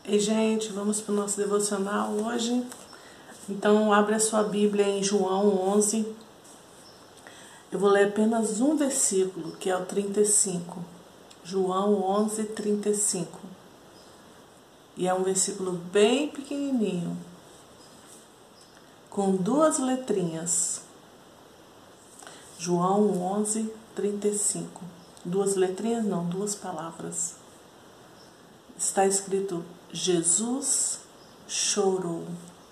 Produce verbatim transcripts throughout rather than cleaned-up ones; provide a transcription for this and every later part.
Ei, gente, vamos para o nosso devocional hoje. Então, abre a sua Bíblia em João onze. Eu vou ler apenas um versículo, que é o trinta e cinco. João onze, trinta e cinco. E é um versículo bem pequenininho, com duas letrinhas. João onze, trinta e cinco. Duas letrinhas não, duas palavras. Está escrito: Jesus chorou.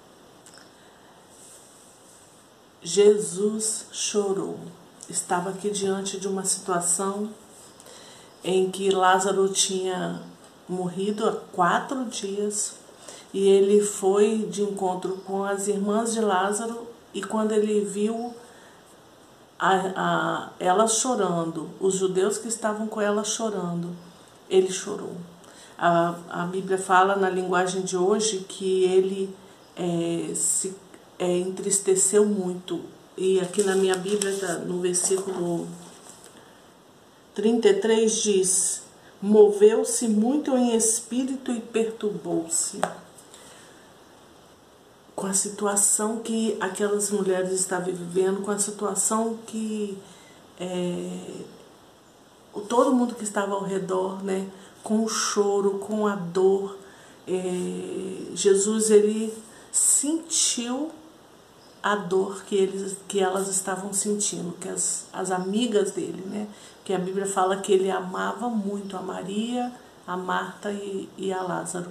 Jesus chorou. Estava aqui diante de uma situação em que Lázaro tinha morrido há quatro dias e ele foi de encontro com as irmãs de Lázaro, e quando ele viu a, a, ela chorando, os judeus que estavam com ela chorando, ele chorou. A, a Bíblia fala na linguagem de hoje que ele é, se é, entristeceu muito. E aqui na minha Bíblia, no versículo trinta e três, diz: moveu-se muito em espírito e perturbou-se com a situação que aquelas mulheres estavam vivendo, com a situação que é, todo mundo que estava ao redor, né, com o choro, com a dor. É, Jesus, ele sentiu a dor que, eles, que elas estavam sentindo, que as, as amigas dele, né? Que a Bíblia fala que ele amava muito a Maria, a Marta e, e a Lázaro.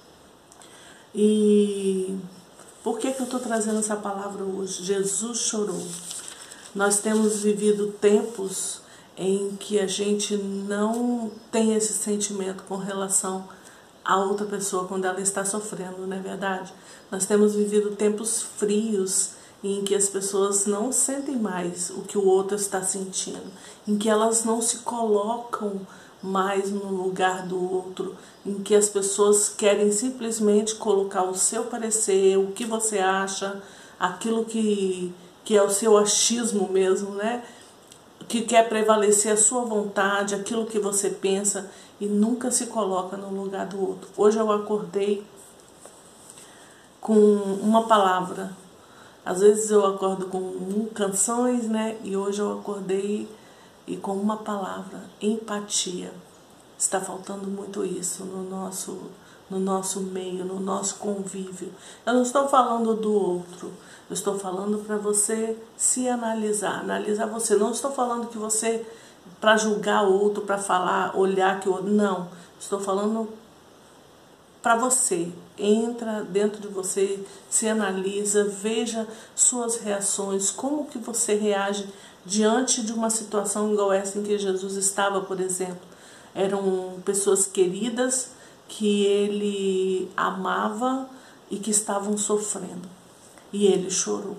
E por que que eu estou trazendo essa palavra hoje? Jesus chorou. Nós temos vivido tempos em que a gente não tem esse sentimento com relação a outra pessoa quando ela está sofrendo, não é verdade? Nós temos vivido tempos frios em que as pessoas não sentem mais o que o outro está sentindo, em que elas não se colocam mais no lugar do outro, em que as pessoas querem simplesmente colocar o seu parecer, o que você acha, aquilo que, que é o seu achismo mesmo, né? Que quer prevalecer a sua vontade, aquilo que você pensa, e nunca se coloca no lugar do outro. Hoje eu acordei com uma palavra. Às vezes eu acordo com canções, né? E hoje eu acordei e com uma palavra: empatia. Está faltando muito isso no nosso, no nosso meio, no nosso convívio. Eu não estou falando do outro. Eu estou falando para você se analisar, analisar você. Não estou falando que você, para julgar o outro, para falar, olhar que o outro. Não. Estou falando para você. Entra dentro de você, se analisa, veja suas reações, como que você reage diante de uma situação igual essa em que Jesus estava, por exemplo. Eram pessoas queridas que ele amava e que estavam sofrendo. E ele chorou.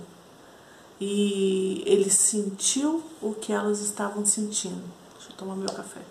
E ele sentiu o que elas estavam sentindo. Deixa eu tomar meu café.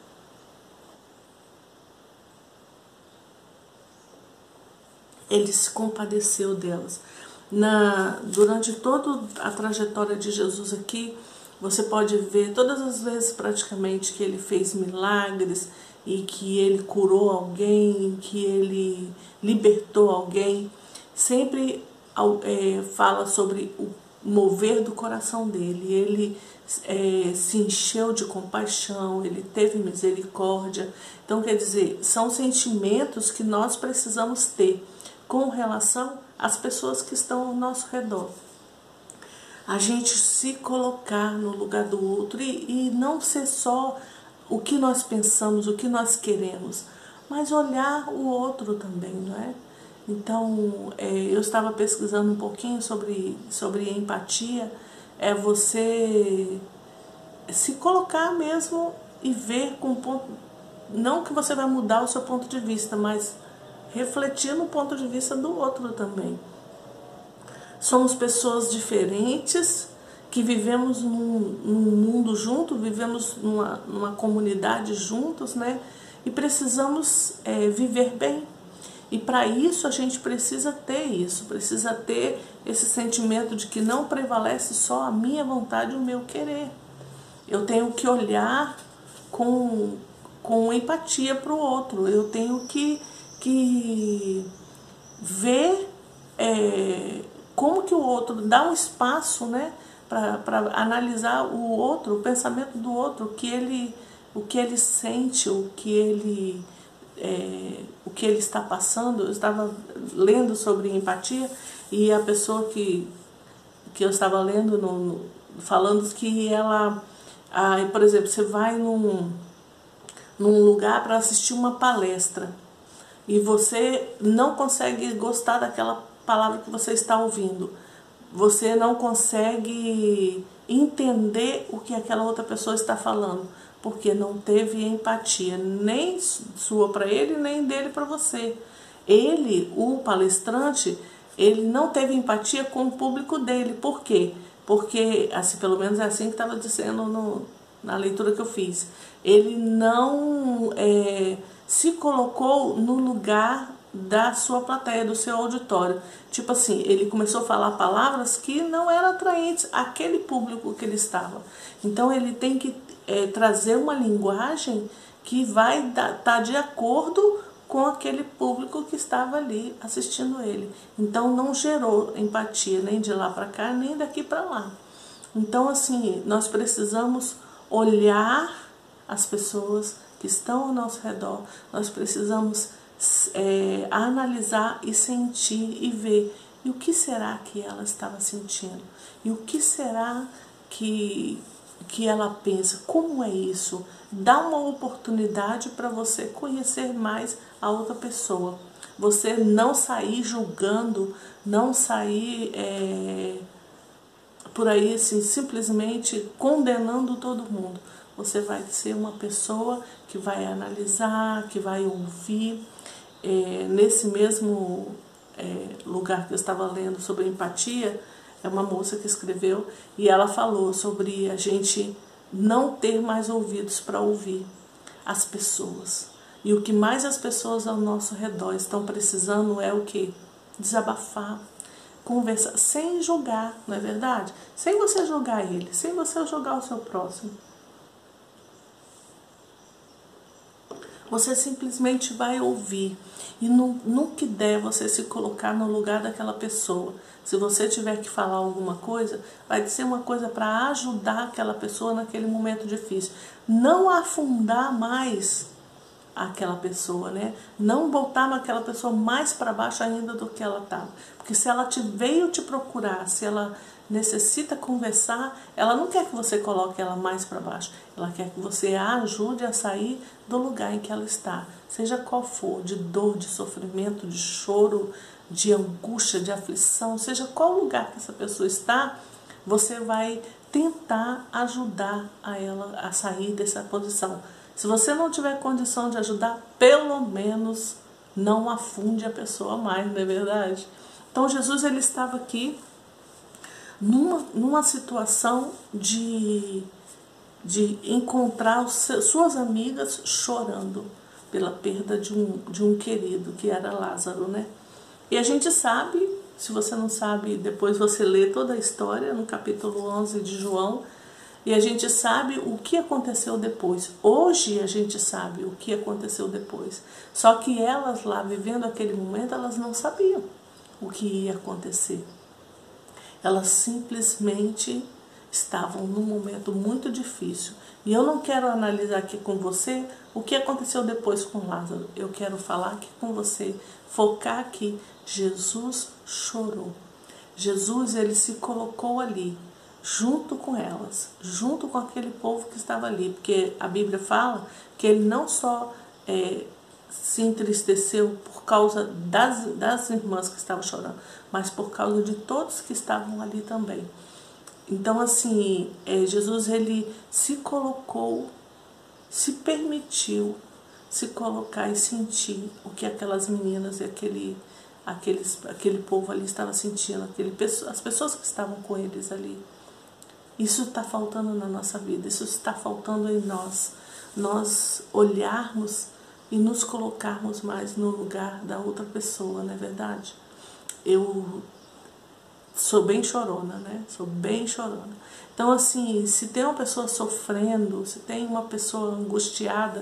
Ele se compadeceu delas. Na, durante toda a trajetória de Jesus aqui, você pode ver todas as vezes praticamente que ele fez milagres e que ele curou alguém, que ele libertou alguém. Sempre é, fala sobre o mover do coração dele. Ele é, se encheu de compaixão, ele teve misericórdia. Então, quer dizer, são sentimentos que nós precisamos ter com relação às pessoas que estão ao nosso redor. A gente se colocar no lugar do outro e, e não ser só o que nós pensamos, o que nós queremos, mas olhar o outro também, não é? Então, é, eu estava pesquisando um pouquinho sobre, sobre empatia. É você se colocar mesmo e ver com ponto, não que você vai mudar o seu ponto de vista, mas refletir no ponto de vista do outro também. Somos pessoas diferentes que vivemos num, num mundo junto, vivemos numa, numa comunidade juntos, né? E precisamos é, viver bem. E para isso a gente precisa ter isso, precisa ter esse sentimento de que não prevalece só a minha vontade e o meu querer. Eu tenho que olhar com, com empatia para o outro, eu tenho que que vê é, como que o outro dá um espaço, né, para analisar o outro, o pensamento do outro, o que ele, o que ele sente, o que ele, é, o que ele está passando. Eu estava lendo sobre empatia e a pessoa que, que eu estava lendo, no, no, falando que ela, ah, por exemplo, você vai num, num lugar para assistir uma palestra e você não consegue gostar daquela palavra que você está ouvindo. Você não consegue entender o que aquela outra pessoa está falando, porque não teve empatia, nem sua para ele, nem dele para você. Ele, o palestrante, ele não teve empatia com o público dele. Por quê? Porque, assim, pelo menos é assim que estava dizendo no, na leitura que eu fiz. Ele não é, se colocou no lugar da sua plateia, do seu auditório. Tipo assim, ele começou a falar palavras que não eram atraentes àquele público que ele estava. Então ele tem que é, trazer uma linguagem que vai estar tá de acordo com aquele público que estava ali assistindo ele. Então não gerou empatia nem de lá para cá, nem daqui para lá. Então assim, nós precisamos olhar as pessoas que estão ao nosso redor, nós precisamos É, analisar e sentir e ver, e o que será que ela estava sentindo, e o que será que, que ela pensa, como é isso. Dá uma oportunidade para você conhecer mais a outra pessoa, você não sair julgando, não sair é, por aí assim, simplesmente condenando todo mundo. Você vai ser uma pessoa que vai analisar, que vai ouvir. É, nesse mesmo é, lugar que eu estava lendo sobre empatia, é uma moça que escreveu e ela falou sobre a gente não ter mais ouvidos para ouvir as pessoas. E o que mais as pessoas ao nosso redor estão precisando é o quê? Desabafar, conversar, sem julgar, não é verdade? Sem você julgar ele, sem você julgar o seu próximo. Você simplesmente vai ouvir. E no, no que der, você se colocar no lugar daquela pessoa. Se você tiver que falar alguma coisa, vai ser uma coisa para ajudar aquela pessoa naquele momento difícil. Não afundar mais aquela pessoa, né? Não botar aquela pessoa mais para baixo ainda do que ela estava. Porque se ela te veio te procurar, se ela necessita conversar, ela não quer que você coloque ela mais para baixo. Ela quer que você a ajude a sair do lugar em que ela está. Seja qual for, de dor, de sofrimento, de choro, de angústia, de aflição, seja qual lugar que essa pessoa está, você vai tentar ajudar a ela a sair dessa posição. Se você não tiver condição de ajudar, pelo menos não afunde a pessoa mais, não é verdade? Então Jesus, ele estava aqui numa, numa situação de, de encontrar os seus, suas amigas chorando pela perda de um, de um querido, que era Lázaro, né? E a gente sabe, se você não sabe, depois você lê toda a história no capítulo onze de João, e a gente sabe o que aconteceu depois. Hoje a gente sabe o que aconteceu depois. Só que elas lá, vivendo aquele momento, elas não sabiam o que ia acontecer. Elas simplesmente estavam num momento muito difícil. E eu não quero analisar aqui com você o que aconteceu depois com Lázaro. Eu quero falar aqui com você, focar aqui. Jesus chorou. Jesus, ele se colocou ali, junto com elas, junto com aquele povo que estava ali, porque a Bíblia fala que ele não só é, se entristeceu por causa das, das irmãs que estavam chorando, mas por causa de todos que estavam ali também. Então assim, é, Jesus, ele se colocou, se permitiu se colocar e sentir o que aquelas meninas e aquele, aqueles, aquele povo ali estava sentindo, aquele, as pessoas que estavam com eles ali. Isso está faltando na nossa vida, isso está faltando em nós. Nós olharmos e nos colocarmos mais no lugar da outra pessoa, não é verdade? Eu sou bem chorona, né? Sou bem chorona. Então, assim, se tem uma pessoa sofrendo, se tem uma pessoa angustiada,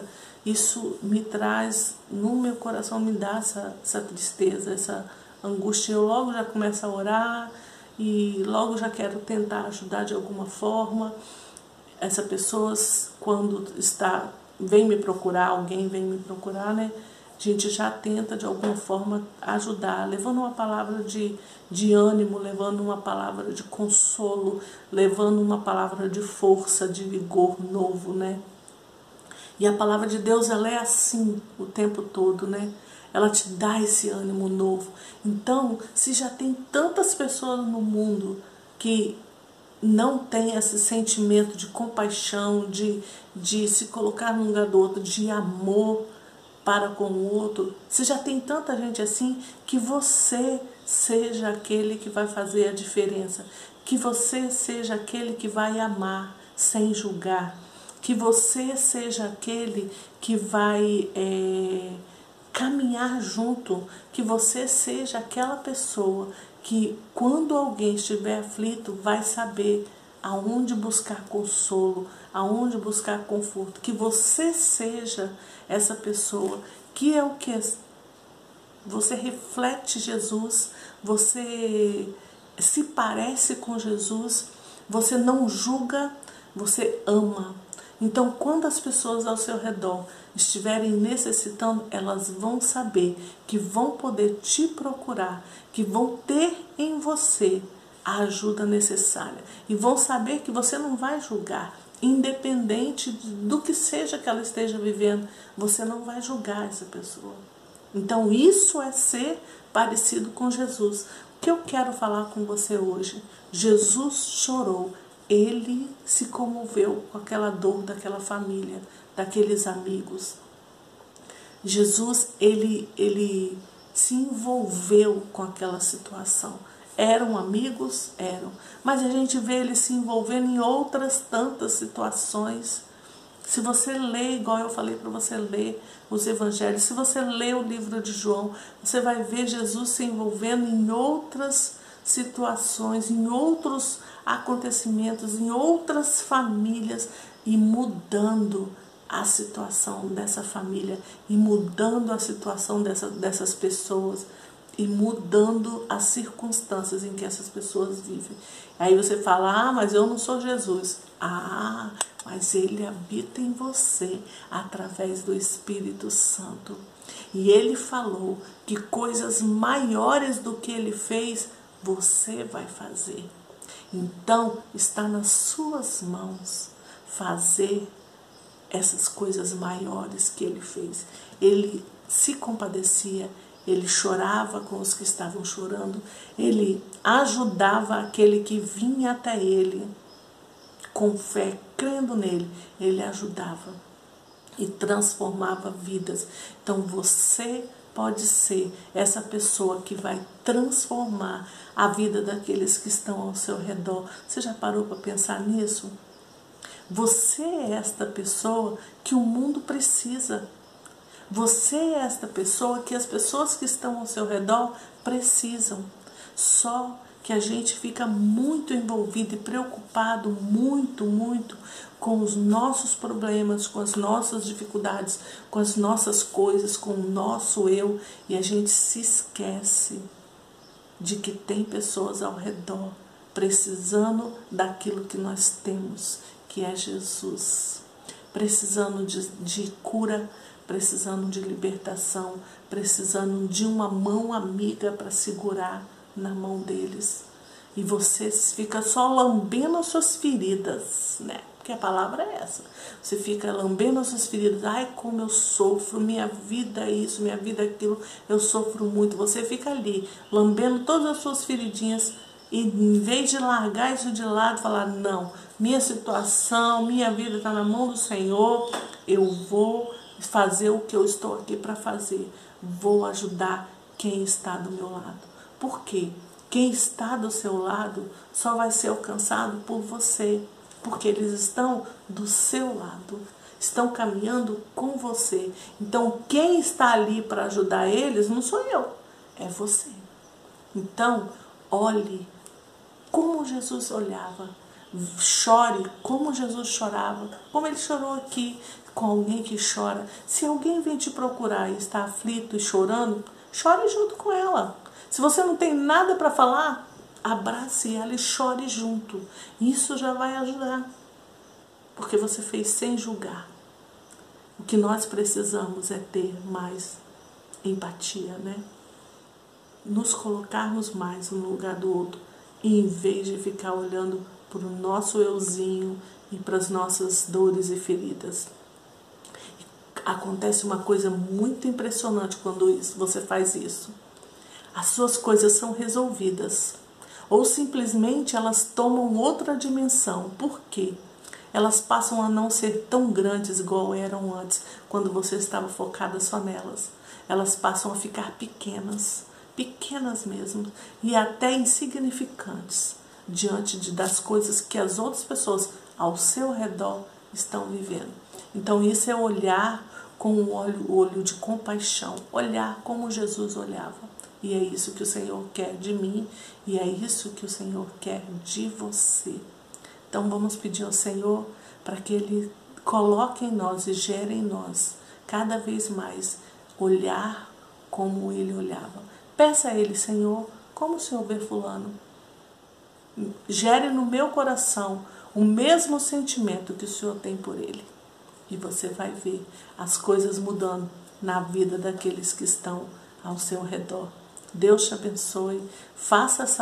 isso me traz, no meu coração, me dá essa, essa tristeza, essa angústia. Eu logo já começo a orar e logo já quero tentar ajudar de alguma forma. Essa pessoa, quando está, vem me procurar, alguém vem me procurar, né? A gente já tenta de alguma forma ajudar, levando uma palavra de, de ânimo, levando uma palavra de consolo, levando uma palavra de força, de vigor novo, né? E a palavra de Deus, ela é assim o tempo todo, né? Ela te dá esse ânimo novo. Então, se já tem tantas pessoas no mundo que não tem esse sentimento de compaixão, de, de se colocar no lugar do outro, de amor para com o outro, se já tem tanta gente assim, que você seja aquele que vai fazer a diferença, que você seja aquele que vai amar sem julgar, que você seja aquele que vai é, caminhar junto, que você seja aquela pessoa que, quando alguém estiver aflito, vai saber aonde buscar consolo, aonde buscar conforto, que você seja essa pessoa que é o que? Você reflete Jesus, você se parece com Jesus, você não julga, você ama. Então, quando as pessoas ao seu redor estiverem necessitando, elas vão saber que vão poder te procurar, que vão ter em você a ajuda necessária e vão saber que você não vai julgar, independente do que seja que ela esteja vivendo, você não vai julgar essa pessoa. Então, isso é ser parecido com Jesus. O que eu quero falar com você hoje? Jesus chorou. Ele se comoveu com aquela dor daquela família, daqueles amigos. Jesus, ele, ele se envolveu com aquela situação. Eram amigos? Eram. Mas a gente vê ele se envolvendo em outras tantas situações. Se você lê, igual eu falei para você ler os evangelhos, se você lê o livro de João, você vai ver Jesus se envolvendo em outras situações, em outros acontecimentos, em outras famílias e mudando a situação dessa família, e mudando a situação dessa, dessas pessoas, e mudando as circunstâncias em que essas pessoas vivem. Aí você fala, ah, mas eu não sou Jesus. Ah, mas ele habita em você através do Espírito Santo. E ele falou que coisas maiores do que ele fez, você vai fazer. Então, está nas suas mãos fazer essas coisas maiores que ele fez. Ele se compadecia, ele chorava com os que estavam chorando, ele ajudava aquele que vinha até ele com fé, crendo nele, ele ajudava e transformava vidas. Então você pode ser essa pessoa que vai transformar a vida daqueles que estão ao seu redor. Você já parou para pensar nisso? Você é esta pessoa que o mundo precisa. Você é esta pessoa que as pessoas que estão ao seu redor precisam. Só que a gente fica muito envolvido e preocupado, muito, muito com os nossos problemas, com as nossas dificuldades, com as nossas coisas, com o nosso eu, e a gente se esquece de que tem pessoas ao redor precisando daquilo que nós temos, que é Jesus, precisando de, de cura, precisando de libertação, precisando de uma mão amiga para segurar na mão deles. E você fica só lambendo as suas feridas, né? Porque a palavra é essa. Você fica lambendo as suas feridas. Ai, como eu sofro, minha vida é isso, minha vida é aquilo, eu sofro muito. Você fica ali, lambendo todas as suas feridinhas, e em vez de largar isso de lado, falar, não, minha situação, minha vida está na mão do Senhor, eu vou fazer o que eu estou aqui para fazer. Vou ajudar quem está do meu lado. Por quê? Quem está do seu lado só vai ser alcançado por você, porque eles estão do seu lado, estão caminhando com você. Então, quem está ali para ajudar eles não sou eu, é você. Então, olhe como Jesus olhava, chore como Jesus chorava, como ele chorou aqui, com alguém que chora. Se alguém vem te procurar e está aflito e chorando, chore junto com ela. Se você não tem nada para falar, abrace ela e chore junto. Isso já vai ajudar, porque você fez sem julgar. O que nós precisamos é ter mais empatia, né? Nos colocarmos mais no lugar do outro, em vez de ficar olhando para o nosso euzinho e para as nossas dores e feridas. Acontece uma coisa muito impressionante quando isso, você faz isso. As suas coisas são resolvidas, ou simplesmente elas tomam outra dimensão. Por quê? Elas passam a não ser tão grandes igual eram antes, quando você estava focada só nelas. Elas passam a ficar pequenas, pequenas mesmo, e até insignificantes, diante de, das coisas que as outras pessoas ao seu redor estão vivendo. Então isso é olhar com um olho, olho de compaixão, olhar como Jesus olhava. E é isso que o Senhor quer de mim, e é isso que o Senhor quer de você. Então vamos pedir ao Senhor para que Ele coloque em nós e gere em nós cada vez mais olhar como Ele olhava. Peça a Ele: Senhor, como o Senhor vê fulano? Gere no meu coração o mesmo sentimento que o Senhor tem por ele. E você vai ver as coisas mudando na vida daqueles que estão ao seu redor. Deus te abençoe. Faça essa